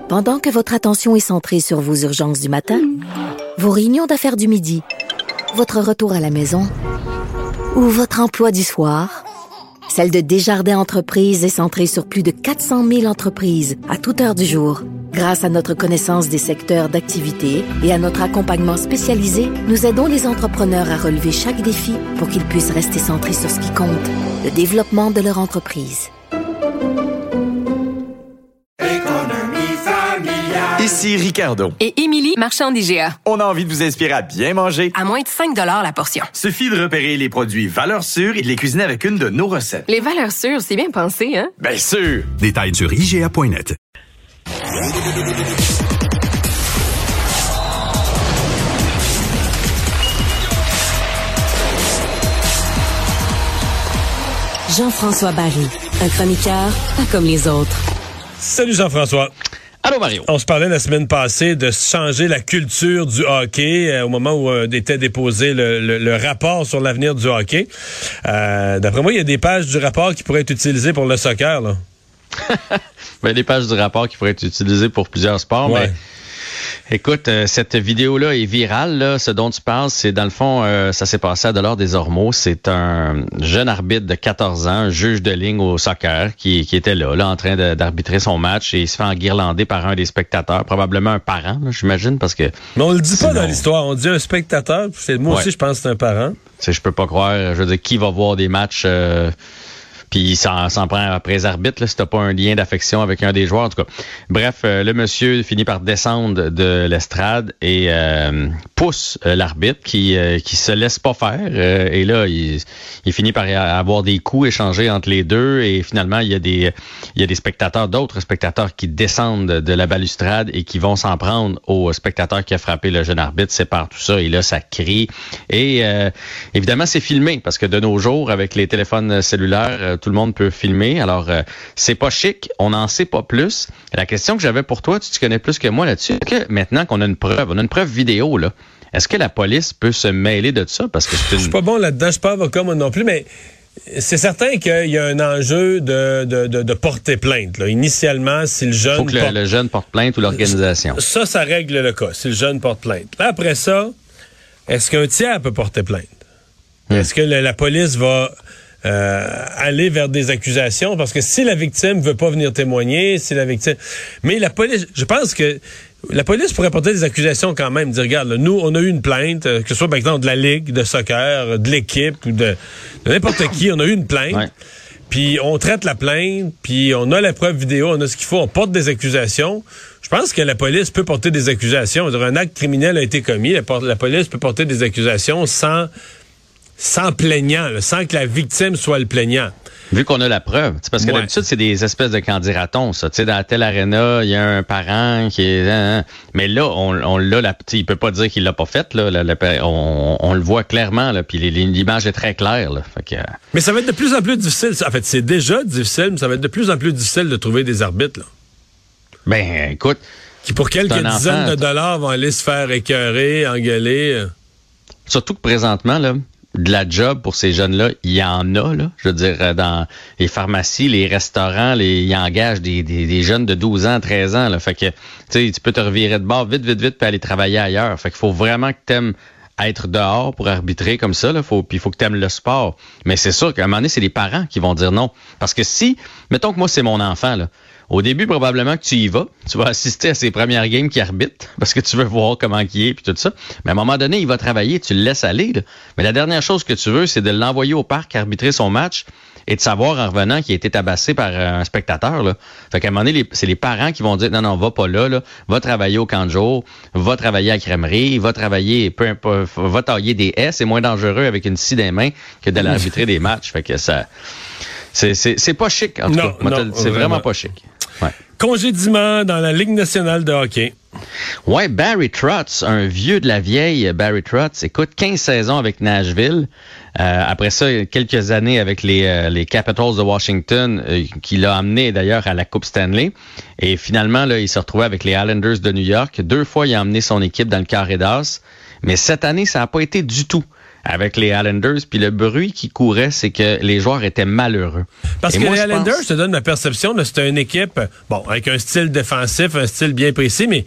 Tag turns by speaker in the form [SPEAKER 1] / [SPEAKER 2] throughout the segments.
[SPEAKER 1] Pendant que votre attention est centrée sur vos urgences du matin, vos réunions d'affaires du midi, votre retour à la maison ou votre emploi du soir, celle de Desjardins Entreprises est centrée sur plus de 400 000 entreprises à toute heure du jour. Grâce à notre connaissance des secteurs d'activité et à notre accompagnement spécialisé, nous aidons les entrepreneurs à relever chaque défi pour qu'ils puissent rester centrés sur ce qui compte, le développement de leur entreprise.
[SPEAKER 2] Ici Ricardo.
[SPEAKER 3] Et Émilie, marchand d'IGA.
[SPEAKER 2] On a envie de vous inspirer à bien manger.
[SPEAKER 3] À moins de 5 $ la portion.
[SPEAKER 2] Suffit de repérer les produits valeurs sûres et de les cuisiner avec une de nos recettes.
[SPEAKER 3] Les valeurs sûres, c'est bien pensé, hein?
[SPEAKER 2] Bien sûr!
[SPEAKER 4] Détails sur IGA.net.
[SPEAKER 1] Jean-François Barry, un chroniqueur pas comme les autres.
[SPEAKER 5] Salut Jean-François.
[SPEAKER 6] Allô Mario.
[SPEAKER 5] On se parlait la semaine passée de changer la culture du hockey au moment où était déposé le rapport sur l'avenir du hockey. D'après moi, il y a des pages du rapport qui pourraient être utilisées pour le soccer, là.
[SPEAKER 6] Ben, des pages du rapport qui pourraient être utilisées pour plusieurs sports,
[SPEAKER 5] ouais.
[SPEAKER 6] Mais écoute, cette vidéo-là est virale, là. Ce dont tu parles, c'est dans le fond, ça s'est passé à Delors des Ormeaux. C'est un jeune arbitre de 14 ans, un juge de ligne au soccer, qui était là, en train d'arbitrer son match, et il se fait enguirlander par un des spectateurs, probablement un parent, là, j'imagine, parce que...
[SPEAKER 5] Mais on le dit pas dans l'histoire, on dit un spectateur. Moi aussi, je pense que c'est un parent.
[SPEAKER 6] Je peux pas croire, je veux dire, qui va voir des matchs... Puis il s'en prend après les arbitres, là, si t'as pas un lien d'affection avec un des joueurs, en tout cas. Bref, le monsieur finit par descendre de l'estrade et pousse l'arbitre qui se laisse pas faire. Et là, il finit par avoir des coups échangés entre les deux. Et finalement, il y a des spectateurs, d'autres spectateurs qui descendent de la balustrade et qui vont s'en prendre au spectateur qui a frappé le jeune arbitre, sépare tout ça. Et là, ça crie. Et évidemment, c'est filmé parce que de nos jours, avec les téléphones cellulaires, tout le monde peut filmer. Alors, c'est pas chic. On n'en sait pas plus. La question que j'avais pour toi, tu connais plus que moi là-dessus, que maintenant qu'on a une preuve vidéo, là, est-ce que la police peut se mêler de ça? Parce que c'est
[SPEAKER 5] Je suis pas bon là-dedans, je suis pas avocat moi non plus, mais c'est certain qu'il y a un enjeu de porter plainte, là. Initialement, si le jeune...
[SPEAKER 6] Il faut que le jeune porte plainte ou l'organisation.
[SPEAKER 5] Ça règle le cas, si le jeune porte plainte. Là, après ça, est-ce qu'un tiers peut porter plainte? Est-ce que la police va... aller vers des accusations, parce que si la victime veut pas venir témoigner, mais la police, je pense que la police pourrait porter des accusations quand même, dire regarde, là, nous on a eu une plainte, que ce soit par exemple de la ligue de soccer, de l'équipe ou de n'importe qui, on a eu une plainte. Ouais. Puis on traite la plainte, puis on a la preuve vidéo, on a ce qu'il faut, on porte des accusations. Je pense que la police peut porter des accusations. Un acte criminel a été commis, la police peut porter des accusations sans plaignant, là, sans que la victime soit le plaignant.
[SPEAKER 6] Vu qu'on a la preuve, parce que d'habitude, c'est des espèces de candidatons, ça. Tu sais, dans telle aréna, il y a un parent qui est... Mais là, on l'a, il peut pas dire qu'il l'a pas fait, là. On le voit clairement, là, puis l'image est très claire, là. Fait que... Mais
[SPEAKER 5] ça va être de plus en plus difficile. En fait, c'est déjà difficile, mais ça va être de plus en plus difficile de trouver des arbitres, là.
[SPEAKER 6] Ben, écoute...
[SPEAKER 5] Qui, pour quelques dizaines de dollars, vont aller se faire écœurer, engueuler.
[SPEAKER 6] Surtout que présentement, là, de la job pour ces jeunes-là, il y en a, là. Je veux dire, dans les pharmacies, les restaurants, ils engagent des jeunes de 12 ans, 13 ans, là. Fait que, tu sais, tu peux te revirer de bord vite, puis aller travailler ailleurs. Fait qu'il faut vraiment que t'aimes être dehors pour arbitrer comme ça, là. Puis il faut que t'aimes le sport. Mais c'est sûr qu'à un moment donné, c'est les parents qui vont dire non. Parce que si, mettons que moi, c'est mon enfant, là. Au début, probablement que tu y vas. Tu vas assister à ses premières games qui arbitrent parce que tu veux voir comment il est puis tout ça. Mais à un moment donné, il va travailler, tu le laisses aller, là. Mais la dernière chose que tu veux, c'est de l'envoyer au parc arbitrer son match et de savoir en revenant qu'il a été tabassé par un spectateur, là. Fait qu'à un moment donné, c'est les parents qui vont dire non, va pas là, va travailler au camp de jour, va travailler à la crèmerie, va travailler, peu importe, va tailler des haies, c'est moins dangereux avec une scie des mains que d'aller arbitrer des matchs. Fait que ça... C'est pas chic, en tout cas. C'est vraiment pas chic. Ouais.
[SPEAKER 5] Congédiement dans la Ligue nationale de hockey.
[SPEAKER 6] Ouais, Barry Trotz, un vieux de la vieille, Barry Trotz, écoute, 15 saisons avec Nashville. Après ça, quelques années avec les Capitals de Washington, qui l'a amené d'ailleurs à la Coupe Stanley. Et finalement, là, il s'est retrouvé avec les Islanders de New York. 2 fois, il a emmené son équipe dans le carré d'as. Mais cette année, ça n'a pas été du tout avec les Islanders, puis le bruit qui courait, c'est que les joueurs étaient malheureux.
[SPEAKER 5] Parce que les Islanders, je te donne ma perception, là, c'était une équipe, bon, avec un style défensif, un style bien précis, mais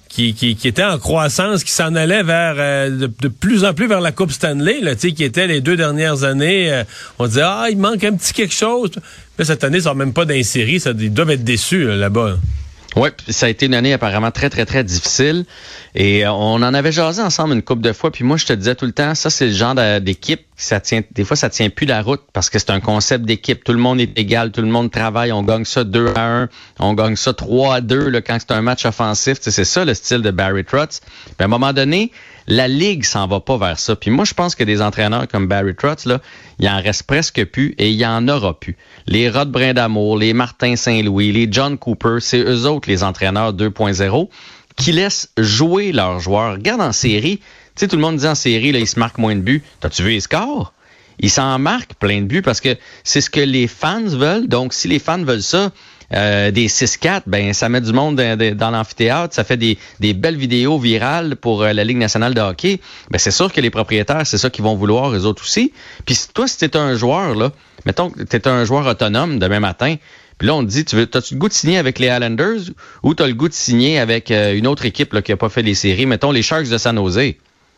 [SPEAKER 5] qui était en croissance, qui s'en allait vers de plus en plus vers la Coupe Stanley, là, qui était les 2 dernières années. On disait, il manque un petit quelque chose. Là, cette année, ils sont même pas dans les séries, ils doivent être déçus là-bas.
[SPEAKER 6] Oui, ça a été une année apparemment très, très, très difficile. Et on en avait jasé ensemble une couple de fois. Puis moi, je te disais tout le temps, ça, c'est le genre d'équipe des fois, ça tient plus la route parce que c'est un concept d'équipe. Tout le monde est égal, tout le monde travaille. On gagne ça 2-1, on gagne ça 3-2 là, quand c'est un match offensif. C'est ça le style de Barry Trotz. Puis à un moment donné, la Ligue s'en va pas vers ça. Puis moi, je pense que des entraîneurs comme Barry Trotz, là, il en reste presque plus et il y en aura plus. Les Rod Brindamour, les Martin Saint-Louis, les John Cooper, c'est eux autres les entraîneurs 2.0 qui laissent jouer leurs joueurs. Regarde en série, tu sais, tout le monde dit en série, là, ils se marquent moins de buts. T'as-tu vu les scores? Ils s'en marquent plein de buts parce que c'est ce que les fans veulent. Donc, si les fans veulent ça, des 6-4, ben ça met du monde dans l'amphithéâtre, ça fait des belles vidéos virales pour la Ligue nationale de hockey. Ben c'est sûr que les propriétaires, c'est ça qu'ils vont vouloir, eux autres aussi. Puis toi, si t'es un joueur, là, mettons que t'es un joueur autonome demain matin, puis là, on te dit, t'as-tu le goût de signer avec les Islanders ou t'as le goût de signer avec une autre équipe là, qui a pas fait les séries, mettons les Sharks de San Jose?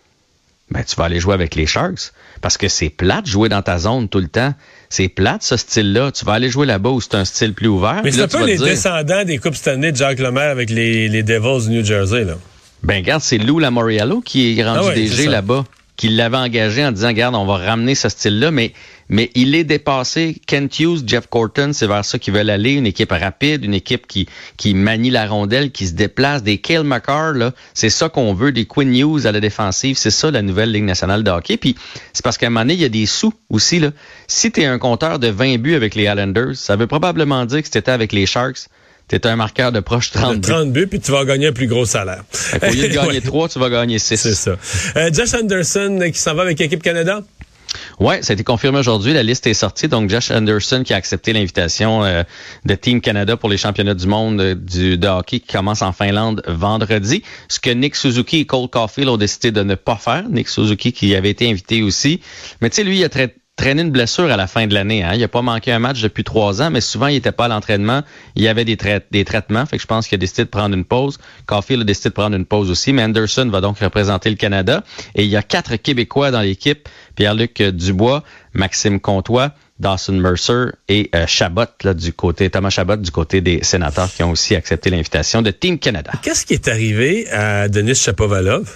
[SPEAKER 6] Ben, tu vas aller jouer avec les Sharks parce que c'est plate de jouer dans ta zone tout le temps. C'est plate, ce style-là. Tu vas aller jouer là-bas où c'est un style plus ouvert.
[SPEAKER 5] Mais c'est un peu les descendants des Coupes Stanley de Jacques Lemaire avec les Devils du New Jersey, là.
[SPEAKER 6] Ben, regarde, c'est Lou Lamoriello qui est rendu DG là-bas, qui l'avait engagé en disant, regarde, on va ramener ce style-là, mais il est dépassé. Kent Hughes, Jeff Gorton, c'est vers ça qu'ils veulent aller. Une équipe rapide, une équipe qui manie la rondelle, qui se déplace. Des Cale Makar, là, c'est ça qu'on veut. Des Quinn Hughes à la défensive, c'est ça la nouvelle Ligue nationale de hockey. Puis c'est parce qu'à un moment donné, il y a des sous aussi, là. Si t'es un compteur de 20 buts avec les Islanders, ça veut probablement dire que si t'étais avec les Sharks, t'es un marqueur de proche 30 buts.
[SPEAKER 5] 30 buts, puis tu vas gagner un plus gros salaire.
[SPEAKER 6] Au lieu de gagner 3, tu vas gagner 6.
[SPEAKER 5] C'est ça. Josh Anderson qui s'en va avec l'équipe Canada?
[SPEAKER 6] Oui, ça a été confirmé aujourd'hui. La liste est sortie. Donc, Josh Anderson qui a accepté l'invitation de Team Canada pour les championnats du monde de hockey qui commence en Finlande vendredi. Ce que Nick Suzuki et Cole Caulfield ont décidé de ne pas faire. Nick Suzuki qui avait été invité aussi. Mais tu sais, lui, il a traîné une blessure à la fin de l'année. Hein. Il n'a pas manqué un match depuis 3 ans, mais souvent, il n'était pas à l'entraînement. Il y avait des traitements. Fait que je pense qu'il a décidé de prendre une pause. Caulfield a décidé de prendre une pause aussi. Mais Anderson va donc représenter le Canada. Et il y a 4 Québécois dans l'équipe. Pierre-Luc Dubois, Maxime Comtois, Dawson Mercer et Chabot, là, Thomas Chabot du côté des Sénateurs qui ont aussi accepté l'invitation de Team Canada.
[SPEAKER 5] Qu'est-ce qui est arrivé à Denis Shapovalov?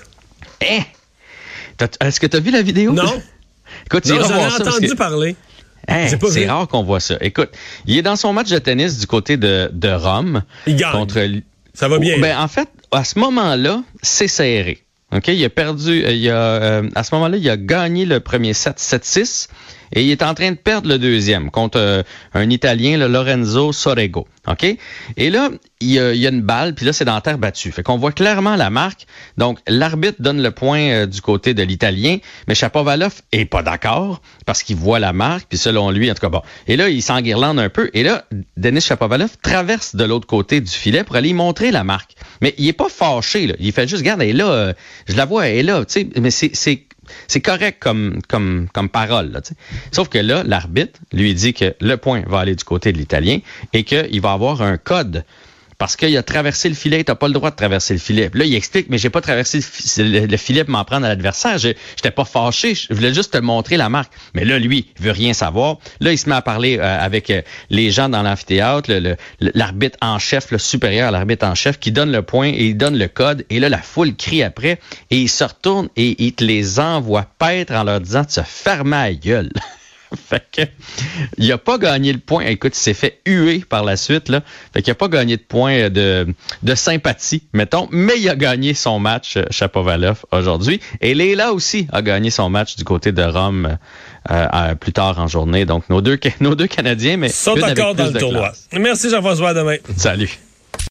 [SPEAKER 6] Est-ce que tu as vu la vidéo?
[SPEAKER 5] Non.
[SPEAKER 6] Écoute,
[SPEAKER 5] j'en ai entendu parler.
[SPEAKER 6] C'est rare qu'on voit ça. Écoute, il est dans son match de tennis du côté de Rome.
[SPEAKER 5] Il gagne. Ça va bien.
[SPEAKER 6] Ben, en fait, à ce moment-là, c'est serré. OK, il a perdu, à ce moment-là, il a gagné le premier set 7-6 et il est en train de perdre le deuxième contre un Italien, le Lorenzo Sorego. OK? Et là, il y a une balle, puis là, c'est dans la terre battue. Fait qu'on voit clairement la marque. Donc, l'arbitre donne le point du côté de l'Italien, mais Shapovalov est pas d'accord parce qu'il voit la marque, puis selon lui, en tout cas, bon. Et là, il s'enguirlande un peu. Et là, Denis Shapovalov traverse de l'autre côté du filet pour aller y montrer la marque. Mais il est pas fâché, là. Il fait juste, regarde, elle est là, je la vois, elle est là, tu sais. Mais c'est correct comme parole, là, tu sais. Sauf que là, l'arbitre lui dit que le point va aller du côté de l'Italien et qu'il va avoir un code. Parce qu'il a traversé le filet, t'as pas le droit de traverser le filet. Puis là, il explique, mais j'ai pas traversé le filet pour m'en prendre à l'adversaire. J'étais pas fâché, je voulais juste te montrer la marque. Mais là, lui, il veut rien savoir. Là, il se met à parler avec les gens dans l'amphithéâtre, l'arbitre en chef, le supérieur à l'arbitre en chef, qui donne le point et il donne le code. Et là, la foule crie après et il se retourne et il te les envoie paître en leur disant de se fermer à la gueule. Fait que, il a pas gagné le point. Écoute, il s'est fait huer par la suite, là. Fait qu'il a pas gagné de point de sympathie, mettons, mais il a gagné son match, Shapovalov, aujourd'hui. Et Leila aussi a gagné son match du côté de Rome, plus tard en journée. Donc, nos deux Canadiens, mais
[SPEAKER 5] sont encore dans le tournoi. Merci Jean-François, à demain.
[SPEAKER 6] Salut.